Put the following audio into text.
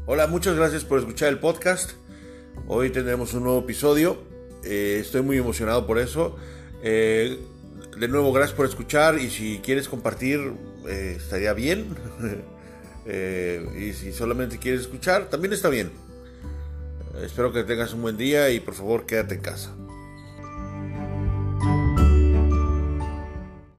Hola, muchas gracias por escuchar el podcast. Hoy tendremos un nuevo episodio. Estoy muy emocionado por eso. De nuevo, gracias por escuchar y si quieres compartir, estaría bien. Y si solamente quieres escuchar, también está bien. Espero que tengas un buen día y por favor quédate en casa.